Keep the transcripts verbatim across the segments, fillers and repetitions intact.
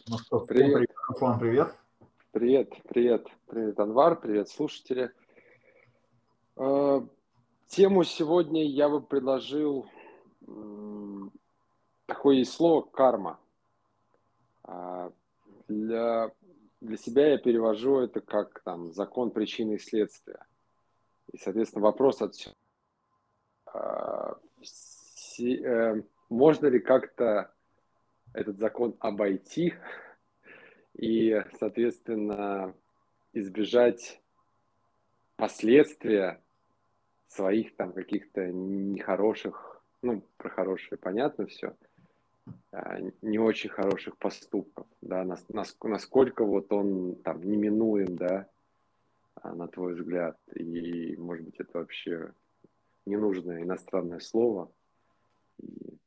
Ну что, всем Привет, привет, Руслан, привет. привет, привет, привет, Анвар, привет, слушатели. Э, Тему сегодня я бы предложил, м, такое есть слово карма. А, Для, для себя я перевожу это как там закон причины и следствия. И, соответственно, вопрос отсюда, а, все- э, можно ли как-то этот закон обойти и, соответственно, избежать последствия своих там каких-то нехороших, ну, про хорошее понятно все, не очень хороших поступков, да, нас, нас, насколько вот он там неминуем, да, а, на твой взгляд, и, может быть, это вообще ненужное иностранное слово, и,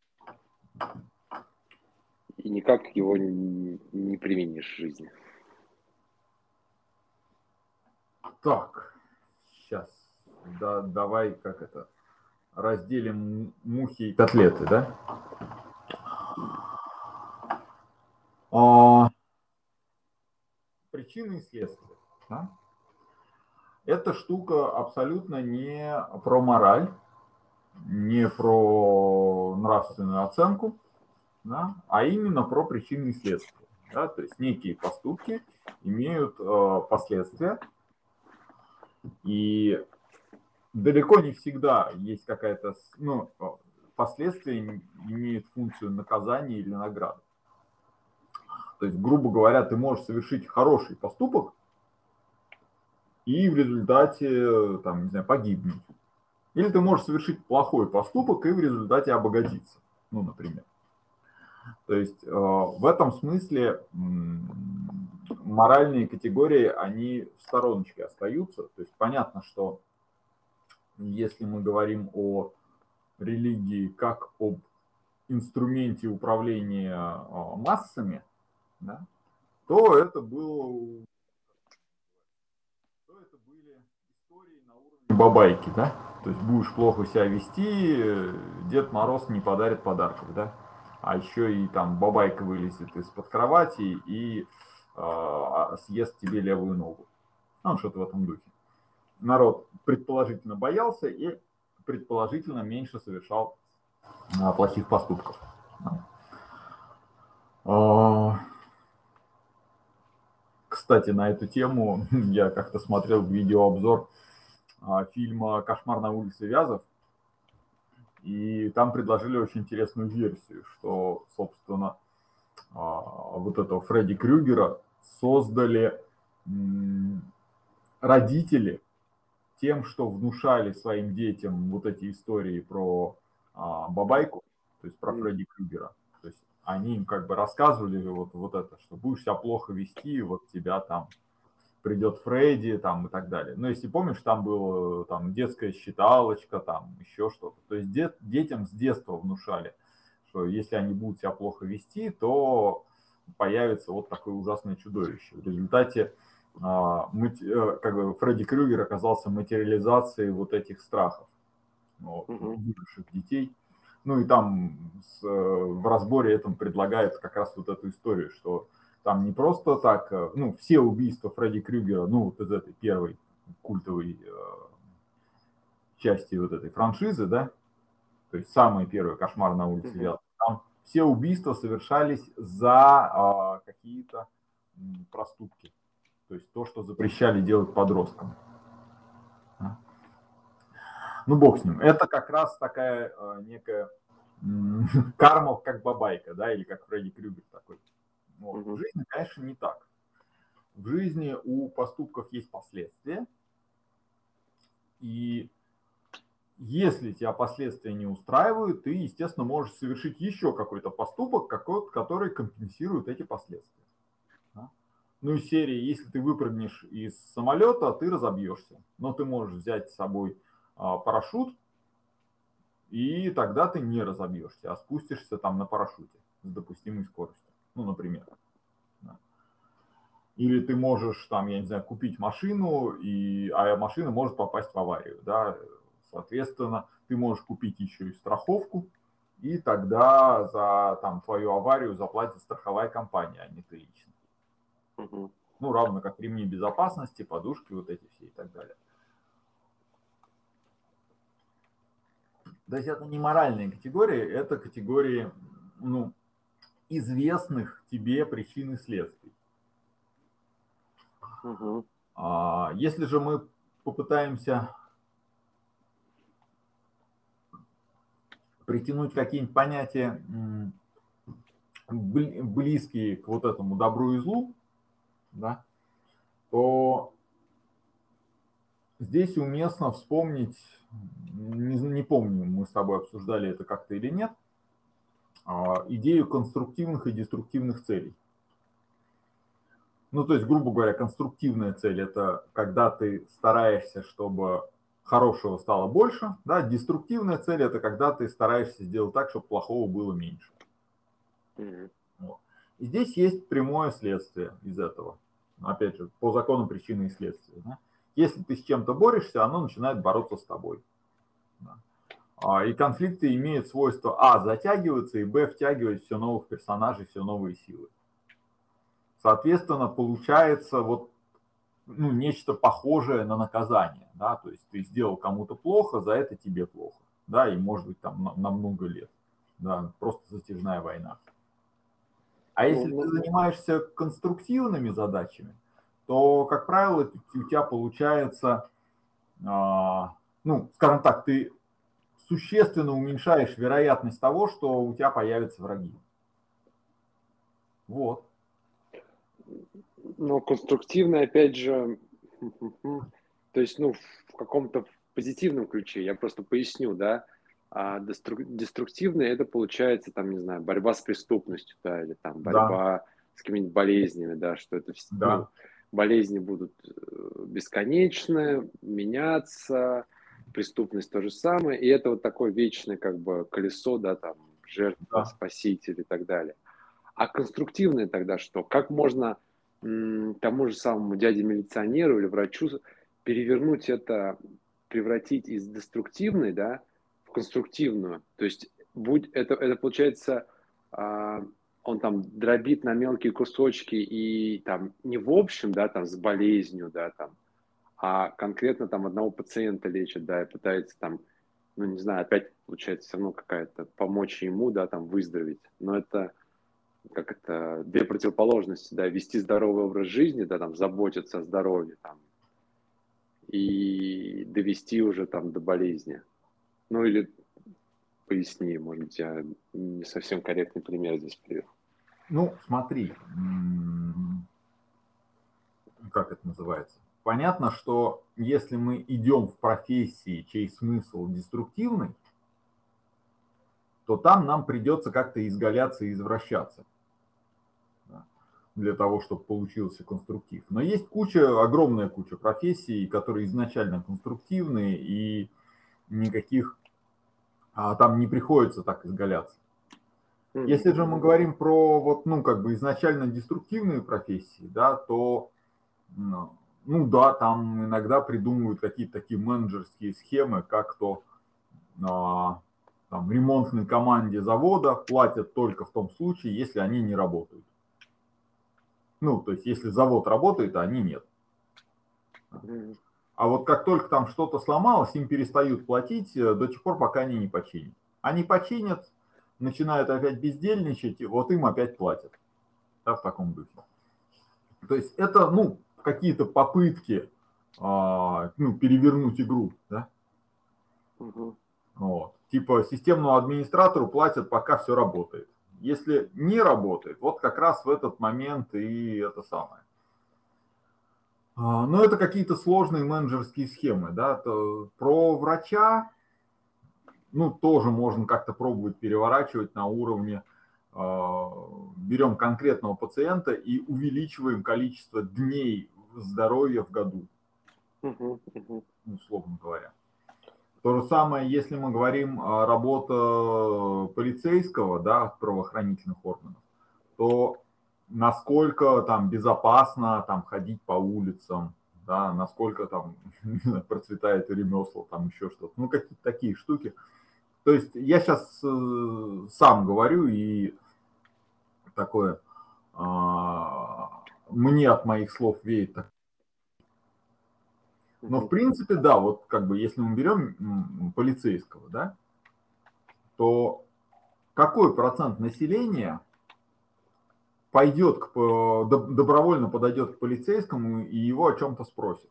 и никак его не, не применишь в жизни. Так, сейчас, да, давай, как это, разделим мухи и котлеты, да? А, причины и следствия. Да? Эта штука абсолютно не про мораль, не про нравственную оценку, да? А именно про причины и следствия. Да? То есть некие поступки имеют э, последствия, и далеко не всегда есть какая-то, ну, последствия имеют функцию наказания или награды. То есть, грубо говоря, ты можешь совершить хороший поступок и в результате, там, не знаю, погибнуть. Или ты можешь совершить плохой поступок и в результате обогатиться, ну, например. То есть э, в этом смысле м, моральные категории, они в стороночке остаются. То есть понятно, что если мы говорим о религии как об инструменте управления а, массами, да, то это было, то это были истории на уровне бабайки, да. То есть будешь плохо себя вести, Дед Мороз не подарит подарков, да. А еще и там бабайка вылезет из-под кровати и э, съест тебе левую ногу. Ну, что-то в этом духе. Народ предположительно боялся и предположительно меньше совершал а, плохих поступков. А, Кстати, на эту тему я как-то смотрел видеообзор а, фильма «Кошмар на улице Вязов», и там предложили очень интересную версию, что, собственно, а, вот этого Фредди Крюгера создали м, родители тем, что внушали своим детям вот эти истории про а, бабайку, то есть про Фредди Крюгера. То есть они им как бы рассказывали вот, вот это, что будешь себя плохо вести, вот тебя там придет Фредди там и так далее. Но если помнишь, там была там детская считалочка, там еще что-то. То есть дет, детям с детства внушали, что если они будут себя плохо вести, то появится вот такое ужасное чудовище. В результате а, мы, как бы Фредди Крюгер оказался материализацией вот этих страхов, вот, Мгм. выживших детей. Ну и там с, в разборе этом предлагают как раз вот эту историю, что там не просто так, ну, все убийства Фредди Крюгера, ну, вот из этой первой культовой э, части вот этой франшизы, да, то есть самый первый «Кошмар на улице Мгм. Вязов», там все убийства совершались за э, какие-то м, проступки, то есть то, что запрещали делать подросткам. Ну, бог с ним. Это как раз такая э, некая м, карма, как бабайка, да, или как Фредди Крюгер такой. Вот. В Мгм. жизни, конечно, не так. В жизни у поступков есть последствия, и если тебя последствия не устраивают, ты, естественно, можешь совершить еще какой-то поступок, какой, который компенсирует эти последствия. Да? Ну, из серии, если ты выпрыгнешь из самолета, ты разобьешься, но ты можешь взять с собой а, парашют, и тогда ты не разобьешься, а спустишься там на парашюте с допустимой скоростью, ну, например. Да. Или ты можешь там, я не знаю, купить машину, и, а машина может попасть в аварию, да, соответственно, ты можешь купить еще и страховку, и тогда за там, твою аварию заплатит страховая компания, а не ты лично. Угу. Ну, равно как ремни безопасности, подушки, вот эти все и так далее. То есть это не моральные категории, это категории, ну, известных тебе причин и следствий. Угу. А если же мы попытаемся притянуть какие-нибудь понятия, близкие к вот этому добру и злу, да, то здесь уместно вспомнить, не, не помню, мы с тобой обсуждали это как-то или нет, идею конструктивных и деструктивных целей. Ну, то есть, грубо говоря, конструктивная цель – это когда ты стараешься, чтобы хорошего стало больше, да, деструктивная цель – это когда ты стараешься сделать так, чтобы плохого было меньше. Mm-hmm. Вот. И здесь есть прямое следствие из этого. Опять же, по закону причины и следствия. Да? Если ты с чем-то борешься, оно начинает бороться с тобой. Да? И конфликты имеют свойство а. затягиваться, и б. втягивать все новых персонажей, все новые силы. Соответственно, получается вот, ну, нечто похожее на наказание. Да? То есть ты сделал кому-то плохо, за это тебе плохо. Да? И может быть там на, на много лет. Да? Просто затяжная война. А если ты занимаешься конструктивными задачами, то, как правило, у тебя получается, ну, скажем так, ты существенно уменьшаешь вероятность того, что у тебя появятся враги. Вот. Но конструктивно, опять же, то есть, ну, в каком-то позитивном ключе, я просто поясню, да, а деструктивно это получается, там, не знаю, борьба с преступностью, да, или там борьба да. с какими-нибудь болезнями, да, что это да. ну, болезни будут бесконечны, меняться, преступность то же самое, и это вот такое вечное как бы колесо, да, там, жертва, да. спаситель и так далее. А конструктивное тогда что? Как можно м, тому же самому дяде-милиционеру или врачу перевернуть это, превратить из деструктивной, да, в конструктивную? То есть будь это, это получается, а, он там дробит на мелкие кусочки и там не в общем, да, там с болезнью, да, там, а конкретно там одного пациента лечит, да, и пытается там, ну не знаю, опять получается все равно какая-то помочь ему, да, там выздороветь. Но это как это, две противоположности, да, вести здоровый образ жизни, да, там, заботиться о здоровье, там, и довести уже там до болезни. Ну, или поясни, может быть, я не совсем корректный пример здесь привел. Ну, смотри, как это называется? Понятно, что если мы идем в профессии, чей смысл деструктивный, то там нам придется как-то изгаляться и извращаться для того, чтобы получился конструктив. Но есть куча, огромная куча профессий, которые изначально конструктивные, и никаких а, там не приходится так изгаляться. Если же мы говорим про вот, ну, как бы изначально деструктивные профессии, да, то, ну, да, там иногда придумывают какие-то такие менеджерские схемы, как то а, там, ремонтной команде завода платят только в том случае, если они не работают. Ну, то есть, если завод работает, а они нет. А вот как только там что-то сломалось, им перестают платить до тех пор, пока они не починят. Они починят, начинают опять бездельничать, и вот им опять платят. Да, в таком духе. То есть, это, ну, какие-то попытки а, ну, перевернуть игру, да? Угу. Вот. Типа, системному администратору платят, пока все работает. Если не работает, вот как раз в этот момент и это самое. Но это какие-то сложные менеджерские схемы, да. То про врача, ну, тоже можно как-то пробовать переворачивать на уровне, берем конкретного пациента и увеличиваем количество дней здоровья в году, uh-huh, uh-huh. условно говоря. То же самое, если мы говорим о работе полицейского, да, правоохранительных органов, то насколько там безопасно там ходить по улицам, да, насколько там процветает ремесло, там еще что-то, ну какие-то такие штуки. То есть я сейчас э, сам говорю, и такое, а, мне от моих слов веет. так- Но в Мгм. принципе, да, вот как бы если мы берем м, полицейского, да, то какой процент населения пойдет к, по- доб- добровольно подойдет к полицейскому и его о чем-то спросит,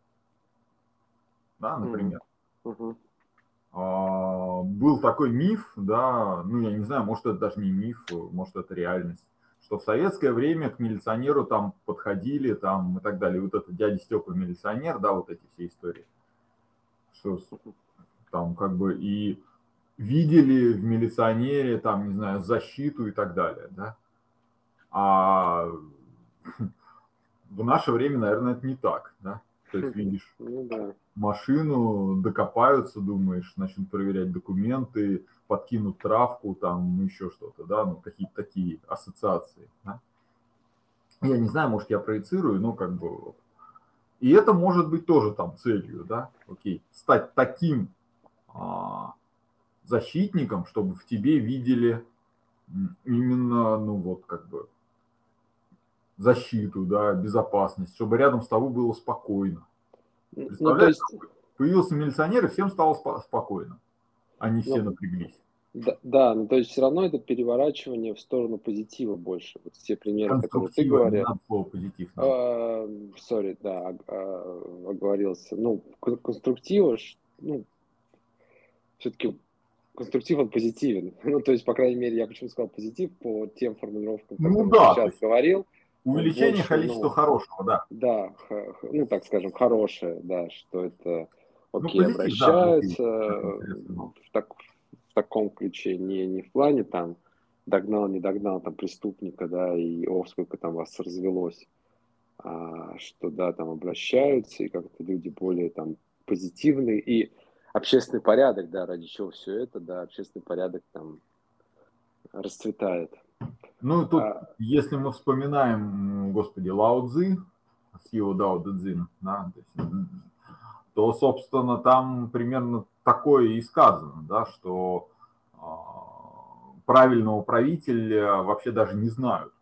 да, Мгм. например. Мгм. А, был такой миф, да, ну я не знаю, может это даже не миф, может это реальность, что в советское время к милиционеру там подходили там и так далее. Вот это дядя Степа милиционер, да, вот эти все истории, что с- Мгм. там как бы и видели в милиционере там, не знаю, защиту и так далее, да. А в наше время, наверное, это не так, да. То есть видишь Ну да. машину, докопаются, думаешь, начнут проверять документы, подкинут травку, там ну, еще что-то, да, ну какие-то такие ассоциации. Да? Я не знаю, может я проецирую, но как бы вот. И это может быть тоже там целью, да, окей, стать таким а, защитником, чтобы в тебе видели именно, ну вот как бы защиту, да, безопасность, чтобы рядом с тобой было спокойно. Н- Ну, то Представляешь, есть, появился милиционер, и всем стало спо- спокойно. Они все ну, напряглись. да, да, ну, то есть все равно это переворачивание в сторону позитива больше. Вот те примеры, которые ты Конструктива, не говоришь. надо слово позитив нам. А, Сори, да, ог- а, оговорился. Ну, кон- конструктива, ш- ну, все-таки конструктив, он позитивен. Ну, то есть, по крайней мере, я почему сказал позитив по тем формулировкам, Ну которые ты да, то сейчас есть говорил, он увеличение больше, количества ну, хорошего, да. да, х- х- ну, так скажем, хорошее, да, что это Ну, окей, позитив, да, окей, обращаются как э, интересно было. в, так, в таком ключе, не, не в плане там догнал, не догнал там преступника, да, и о, сколько там вас развелось, а, что, да, там обращаются, и как-то люди более там позитивные, и общественный порядок, да, ради чего все это, да, общественный порядок там расцветает. Ну, тут, А, если мы вспоминаем, м, господи, Лао Цзи с его Дао Дэ Цзин, да, то, есть, м, то, собственно, там примерно такое и сказано, да, что а, правильного правителя вообще даже не знают.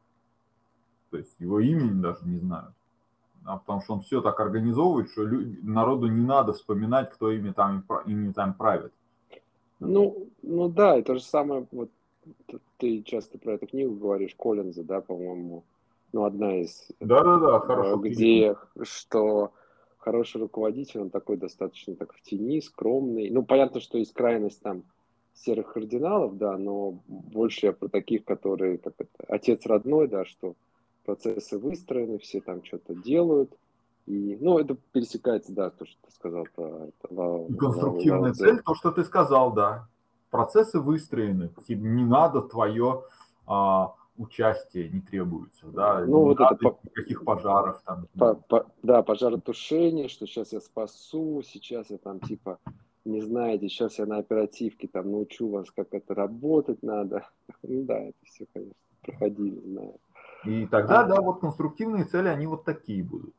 То есть его имени даже не знают. А потому что он все так организовывает, что лю- народу не надо вспоминать, кто ими там, и пра- ими там правит. ну, ну да, и то же самое, вот т- ты часто про эту книгу говоришь, Коллинза, да, по-моему, ну, одна из, это, Да-да-да, э, хорошая книга. где, что хороший руководитель, он такой достаточно так в тени, скромный. Ну, понятно, что есть крайность там серых кардиналов, да, но больше я про таких, которые, как это, отец родной, да, что процессы выстроены, все там что-то делают. И, ну, это пересекается, да, то, что ты сказал про это, Лао, И Лао, Лао конструктивная Цзэ. цель, то, что ты сказал, да. Процессы выстроены, тебе не надо твое а, участие не требуется, да, Ну, не вот это, надо по- никаких пожаров там. по- по- да, пожаротушение, что сейчас я спасу, сейчас я там типа, не знаете, сейчас я на оперативке там научу вас, как это работать надо. Ну да, это все, конечно, проходили, знаю. И тогда, А, да, вот конструктивные цели, они вот такие будут.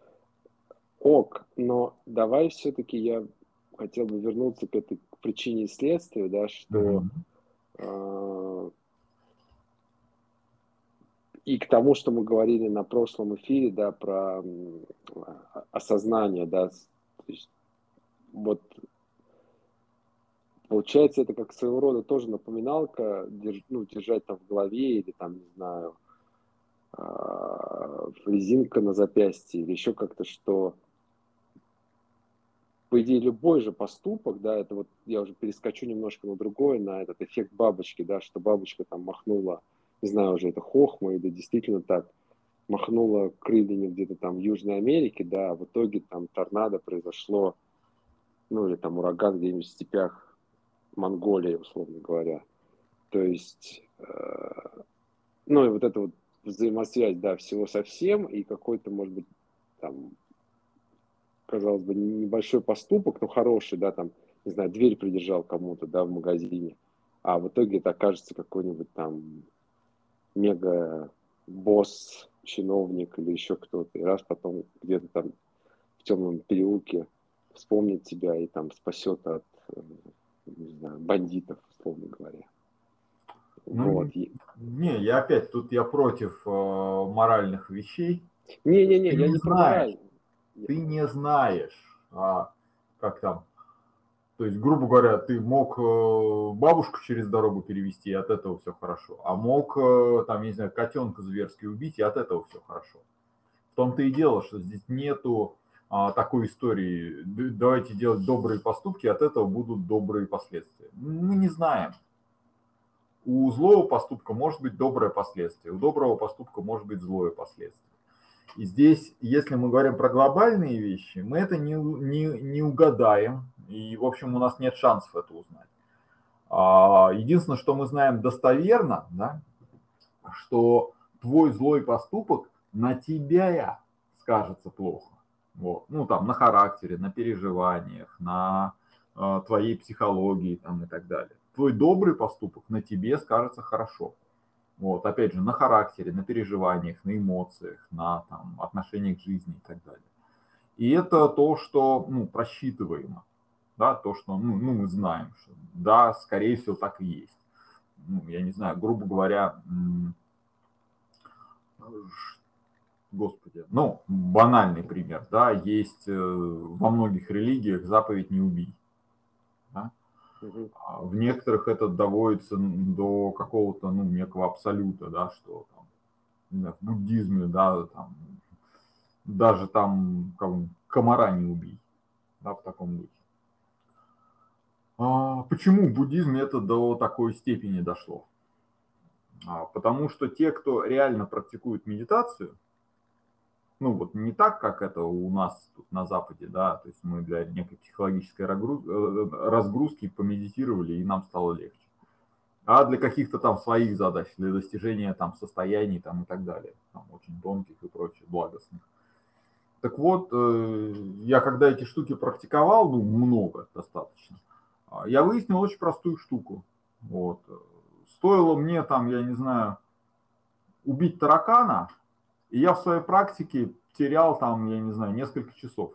ок, но давай все-таки я хотел бы вернуться к этой к причине и следствию, да, что Мгм. э, и к тому, что мы говорили на прошлом эфире, да, про м, а- осознание, да, с- то есть вот получается, это как своего рода тоже напоминалка, держ- ну, держать там в голове или там, не знаю, а, резинка на запястье или еще как-то, что, по идее, любой же поступок, да, это вот я уже перескочу немножко на другое, на этот эффект бабочки, да, что бабочка там махнула, не знаю, уже это хохма или действительно так, махнула крыльями где-то там в Южной Америке, да, а в итоге там торнадо произошло, ну или там ураган где-нибудь в степях Монголии, условно говоря. То есть, э, ну и вот эта вот взаимосвязь, да, всего со всем, и какой-то, может быть, там, казалось бы, небольшой поступок, но хороший, да, там, не знаю, дверь придержал кому-то, да, в магазине, а в итоге это окажется какой-нибудь там мега босс, чиновник или еще кто-то, и раз потом где-то там в темном переулке вспомнит тебя и там спасет от э, не знаю, бандитов, условно говоря. Ну, Вот. не, я опять, тут я против э, моральных вещей. Не-не-не, Ты я не не про знаешь, мораль. ты не знаешь, а, как там, то есть, грубо говоря, ты мог э, бабушку через дорогу перевести, и от этого все хорошо, а мог, э, там, не знаю, котенка зверски убить, и от этого все хорошо. В том-то и дело, что здесь нету а, такой истории, давайте делать добрые поступки, от этого будут добрые последствия. Мы не знаем. У злого поступка может быть доброе последствие, у доброго поступка может быть злое последствие. И здесь, если мы говорим про глобальные вещи, мы это не, не, не угадаем, и, в общем, у нас нет шансов это узнать. А, единственное, что мы знаем достоверно, да, что твой злой поступок на тебя скажется плохо. Вот. Ну, там, на характере, на переживаниях, на э, твоей психологии там, и так далее. Твой добрый поступок на тебе скажется хорошо. Вот, опять же, на характере, на переживаниях, на эмоциях, на там, отношениях к жизни и так далее. И это то, что ну, просчитываемо, да, то, что ну, ну, мы знаем, что да, скорее всего, так и есть. Ну, я не знаю, грубо говоря, господи, ну, банальный пример, да, есть во многих религиях заповедь «не убий». Да? Угу. В некоторых это доводится до какого-то, ну, некого абсолюта, да, что там, не знаю, в буддизме, да, там, даже там комара не убей, да, в таком духе. А почему в буддизме это до такой степени дошло? А, потому что те, кто реально практикует медитацию, ну вот не так, как это у нас тут на Западе, да, то есть мы для некой психологической разгрузки помедитировали, и нам стало легче. А для каких-то там своих задач, для достижения там состояний там и так далее, там очень тонких и прочих, благостных. Так вот, я когда эти штуки практиковал, ну много достаточно, я выяснил очень простую штуку. Вот. Стоило мне там, я не знаю, убить таракана, и я в своей практике терял там, я не знаю, несколько часов.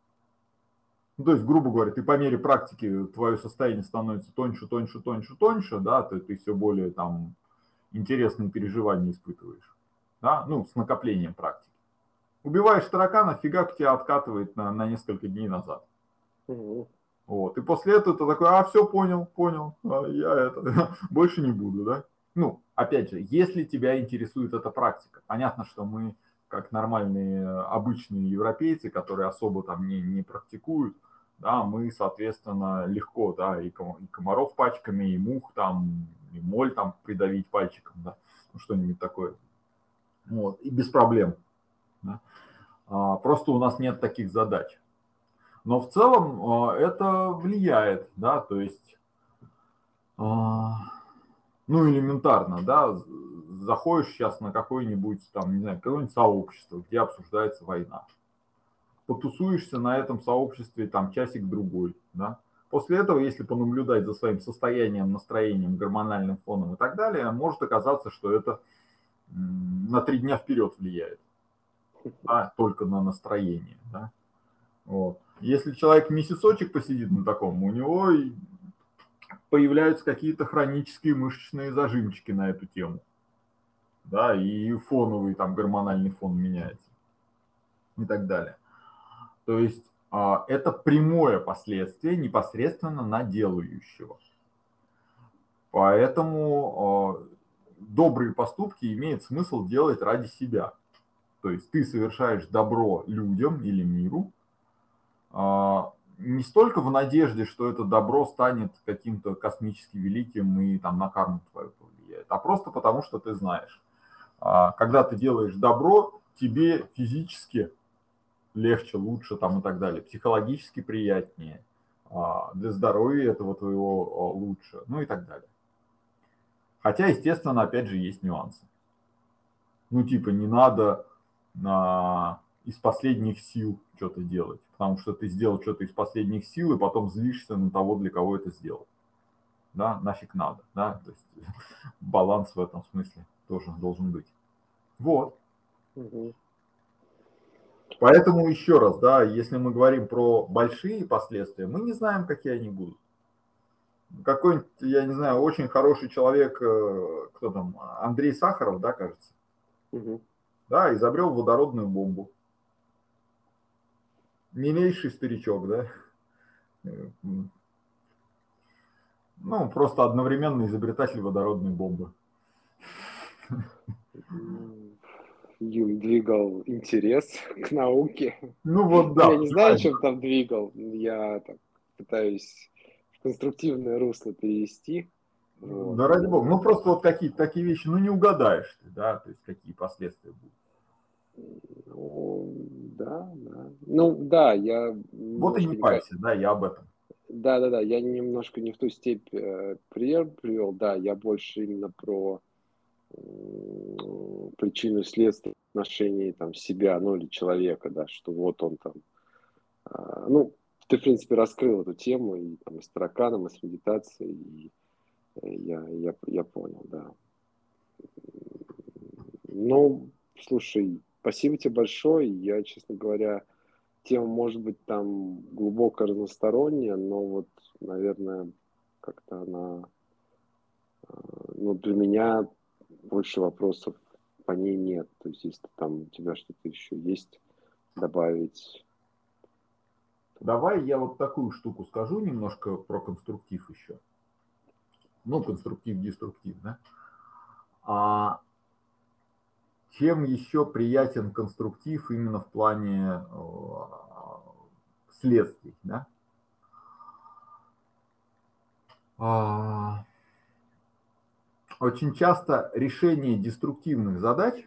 Ну, то есть, грубо говоря, ты по мере практики, твое состояние становится тоньше, тоньше, тоньше, тоньше, да, ты, ты все более там интересные переживания испытываешь, да, ну, с накоплением практики. Убиваешь таракана, фигак тебя откатывает на, на несколько дней назад. Угу. Вот, и после этого ты такой, а, все, понял, понял, а, я это, больше не буду, да. Ну, опять же, если тебя интересует эта практика, понятно, что мы, как нормальные обычные европейцы, которые особо там не, не практикуют, да, мы, соответственно, легко, да, и комаров пачками, и мух там, и моль там придавить пальчиком, да, ну, что-нибудь такое. Вот, и без проблем. Да. А, просто у нас нет таких задач. Но в целом это влияет, да, то есть, ну, элементарно, да, заходишь сейчас на какое-нибудь там, не знаю, какое-нибудь сообщество, где обсуждается война. Потусуешься на этом сообществе там часик-другой, да. После этого, если понаблюдать за своим состоянием, настроением, гормональным фоном и так далее, может оказаться, что это на три дня вперед влияет, да, только на настроение, да. Вот. Если человек месяцочек посидит на таком, у него появляются какие-то хронические мышечные зажимчики на эту тему. Да, и фоновый там гормональный фон меняется. И так далее. То есть это прямое последствие непосредственно на делающего. Поэтому добрые поступки имеет смысл делать ради себя. То есть ты совершаешь добро людям или миру, не столько в надежде, что это добро станет каким-то космически великим и там на карму твою повлияет, а просто потому, что ты знаешь, когда ты делаешь добро, тебе физически легче, лучше там и так далее, психологически приятнее, для здоровья этого твоего лучше, ну и так далее. Хотя, естественно, опять же, есть нюансы. Ну, типа, не надо на... из последних сил что-то делать, потому что ты сделал что-то из последних сил, и потом злишься на того, для кого это сделал. Да, нафиг надо, да, то есть баланс в этом смысле тоже должен быть. Вот. Угу. Поэтому еще раз, да, если мы говорим про большие последствия, мы не знаем, какие они будут. какой-нибудь, я не знаю, очень хороший человек, э, кто там, Андрей Сахаров, да, кажется, Мгм. да, изобрел водородную бомбу. Милейший старичок, да. Э, м. Ну, просто одновременно изобретатель водородной бомбы. Ну, им двигал интерес к науке. Ну вот Я да, не знаю, понимаешь. чем там двигал. Я так пытаюсь в конструктивное русло перевести. Вот, Да ради бога. Ну но просто вот какие-то такие вещи, ну не угадаешь ты, да, то есть какие последствия будут. ну, да, да. Ну да, я Вот и не немножко не, парься, да, я об этом. да, да, да, я немножко не в ту степь э, пример привел, да, я больше именно про м, причину и следствие отношений там себя, ну или человека, да, что вот он там, а, ну, ты, в принципе, раскрыл эту тему и там и с тараканом, и с медитацией, и э, я, я, я понял, да. Ну, слушай, спасибо тебе большое, я, честно говоря, тема может быть там глубоко разносторонняя, но вот, наверное, как-то она, а, ну, для меня больше вопросов по ней нет. То есть, если там у тебя что-то еще есть добавить. Давай я вот такую штуку скажу немножко про конструктив еще. Ну, конструктив-деструктив, да. А чем еще приятен конструктив именно в плане э, следствий, да? А, очень часто решение деструктивных задач,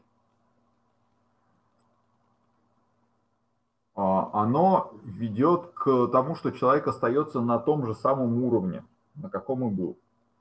а, оно ведет к тому, что человек остается на том же самом уровне, на каком и был.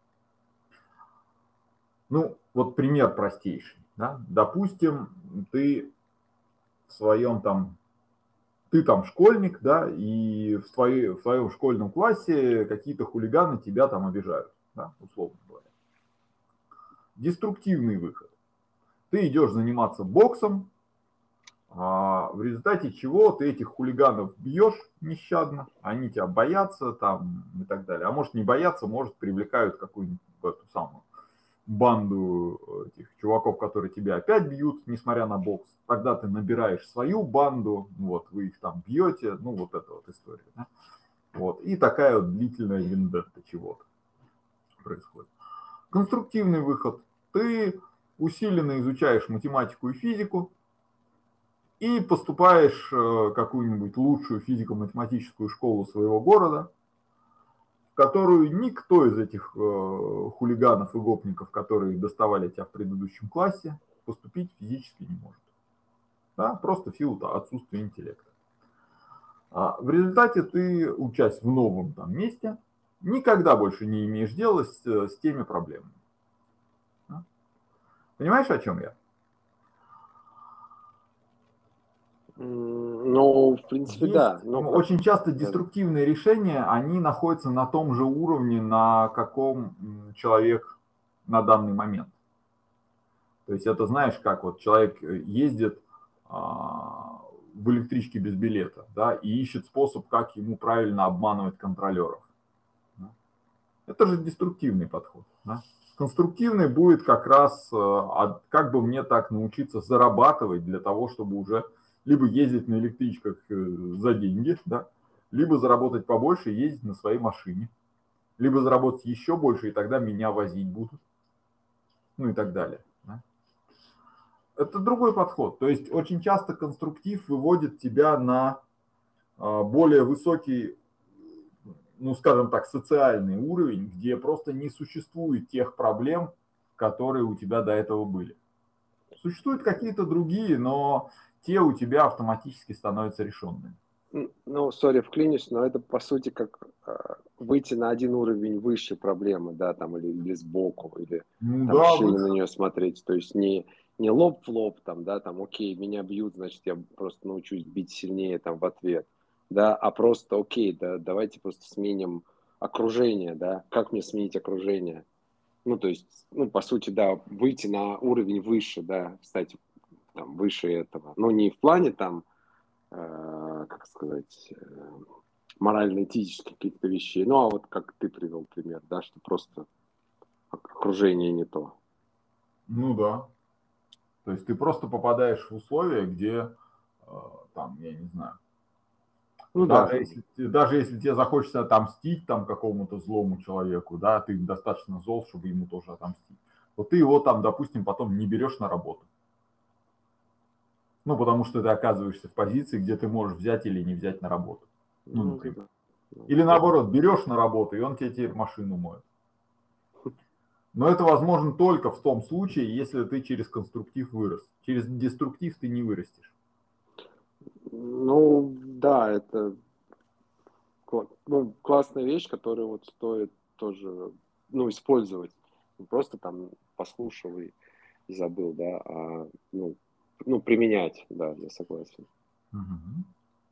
Ну, вот пример простейший. Да? Допустим, ты в своем там, ты там школьник, да, и в, твоей, в твоем школьном классе какие-то хулиганы тебя там обижают, да, условно говоря. Деструктивный выход. Ты идешь заниматься боксом, а в результате чего ты этих хулиганов бьешь нещадно, они тебя боятся там и так далее. А может не боятся, может привлекают какую-нибудь эту самую банду этих чуваков, которые тебя опять бьют, несмотря на бокс. Тогда ты набираешь свою банду, вот, вы их там бьете, ну вот эта вот история. Да? Вот, и такая вот длительная вендетта чего-то происходит. Конструктивный выход. Ты усиленно изучаешь математику и физику, и поступаешь в какую-нибудь лучшую физико-математическую школу своего города, в которую никто из этих э, хулиганов и гопников, которые доставали тебя в предыдущем классе, поступить физически не может. Да? Просто в силу отсутствия интеллекта. А в результате ты, учась в новом там месте, никогда больше не имеешь дела с, с теми проблемами. Да? Понимаешь, о чем я? Ну, в принципе, да. Есть Ну, ну, как... очень часто Да, да. деструктивные решения, они находятся на том же уровне, на каком человек на данный момент. То есть это знаешь, как вот человек ездит а, в электричке без билета, да, и ищет способ, как ему правильно обманывать контролеров. Да. Это же деструктивный подход. Да. Конструктивный будет как раз, а, как бы мне так научиться зарабатывать для того, чтобы уже либо ездить на электричках за деньги, да, либо заработать побольше и ездить на своей машине, либо заработать еще больше, и тогда меня возить будут, ну и так далее. Да. Это другой подход. То есть очень часто конструктив выводит тебя на более высокий, ну скажем так, социальный уровень, где просто не существует тех проблем, которые у тебя до этого были. Существуют какие-то другие, но те у тебя автоматически становятся решенными. Ну, сори, вклинюсь, но это по сути как э, выйти на один уровень выше проблемы, да, там, или, или сбоку, или Ну там да, шире вы... на нее смотреть. То есть не, не лоб в лоб, там, да, там, окей, меня бьют, значит, я просто научусь бить сильнее там в ответ, да, а просто, окей, да, давайте просто сменим окружение, да, как мне сменить окружение? Ну, то есть, ну, по сути, да, выйти на уровень выше, да, кстати, там, выше этого. Ну, не в плане там, э, как сказать, э, морально-этических каких-то вещей. Ну, а вот как ты привел пример, да, что просто окружение не то. Ну да. То есть ты просто попадаешь в условия, где э, там, я не знаю, Ну да, даже если, даже если тебе захочется отомстить там какому-то злому человеку, да, ты достаточно зол, чтобы ему тоже отомстить, то ты его там, допустим, потом не берешь на работу. Ну, потому что ты оказываешься в позиции, где ты можешь взять или не взять на работу. Ну, ну, например. да. Или наоборот, берешь на работу, и он тебе теперь машину моет. Но это возможно только в том случае, если ты через конструктив вырос. Через деструктив ты не вырастешь. Ну, да, это ну, классная вещь, которую вот стоит тоже, ну, использовать. Не просто там послушал и, и забыл, да, а, ну, ну, применять, да, я согласен. Угу.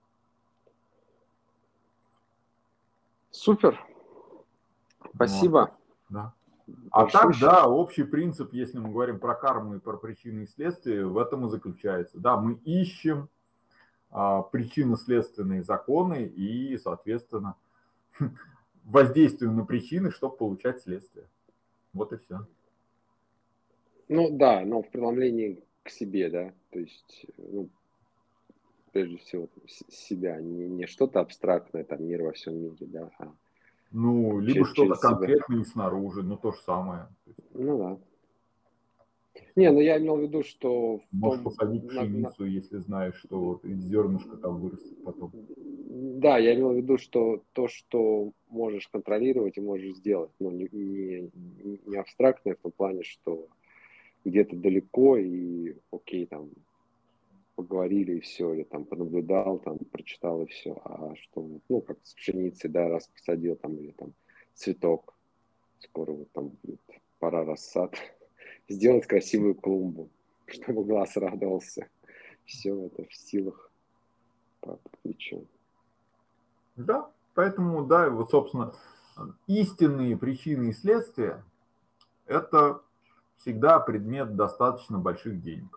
Супер, Ну, спасибо. да. А Большое. так, да, общий принцип, если мы говорим про карму и про причины и следствия, в этом и заключается. Да, мы ищем а, причинно-следственные законы и, соответственно, воздействуем на причины, чтобы получать следствие. Вот и все. Ну да, но в преломлении к себе, да, то есть, ну, прежде всего там, с- себя, не, не что-то абстрактное, там, мир во всем мире, да, а Ну, либо через, что-то через себя. конкретное снаружи, ну, то же самое. Ну да. Не, ну я имел в виду, что в Можешь том, посадить на- на- пшеницу, если знаешь, что вот из зернышка там вырастет потом. да, я имел в виду, что то, что можешь контролировать и можешь сделать, ну, не, не, не абстрактное в том плане, что где-то далеко и окей, там, поговорили и все, или там понаблюдал, там, прочитал и все, а что, ну, как с пшеницей, да, раз посадил там, или там цветок, скоро вот там будет пора рассад, сделать красивую клумбу, чтобы глаз радовался, все это в силах по плечу. Да, поэтому, да, вот, собственно, истинные причины и следствия– это всегда предмет достаточно больших денег.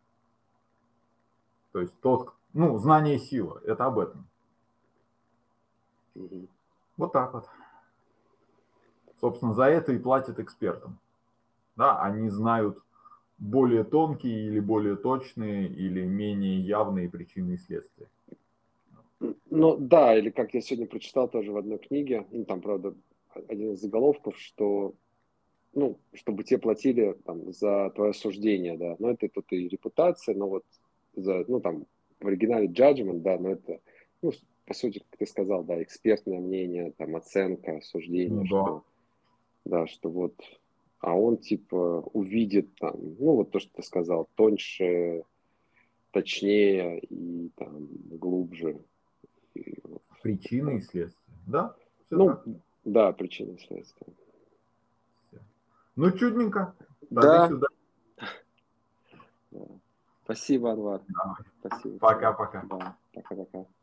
То есть тот, ну, знание сила, это об этом. Мгм. Вот так вот. Собственно, за это и платят экспертам. Да, они знают более тонкие или более точные или менее явные причины и следствия. Ну да, или как я сегодня прочитал тоже в одной книге, ну там, правда, один из заголовков, что, ну, чтобы тебе платили там за твое суждение, да, но это тут и репутация, но вот за, ну там, в оригинале judgment, да, но это, ну, по сути, как ты сказал, да, экспертное мнение, там, оценка, суждение, Ну да. что, да, что вот, а он, типа, увидит там, ну, вот то, что ты сказал, тоньше, точнее и там глубже. И вот Причины и так. следствия. Да, все Ну, так. да, причины и следствия. Всё. Ну, чудненько. Тады Да, сюда. да. Спасибо, Анвар. Давай. Спасибо тебе. Пока-пока. Да, пока-пока.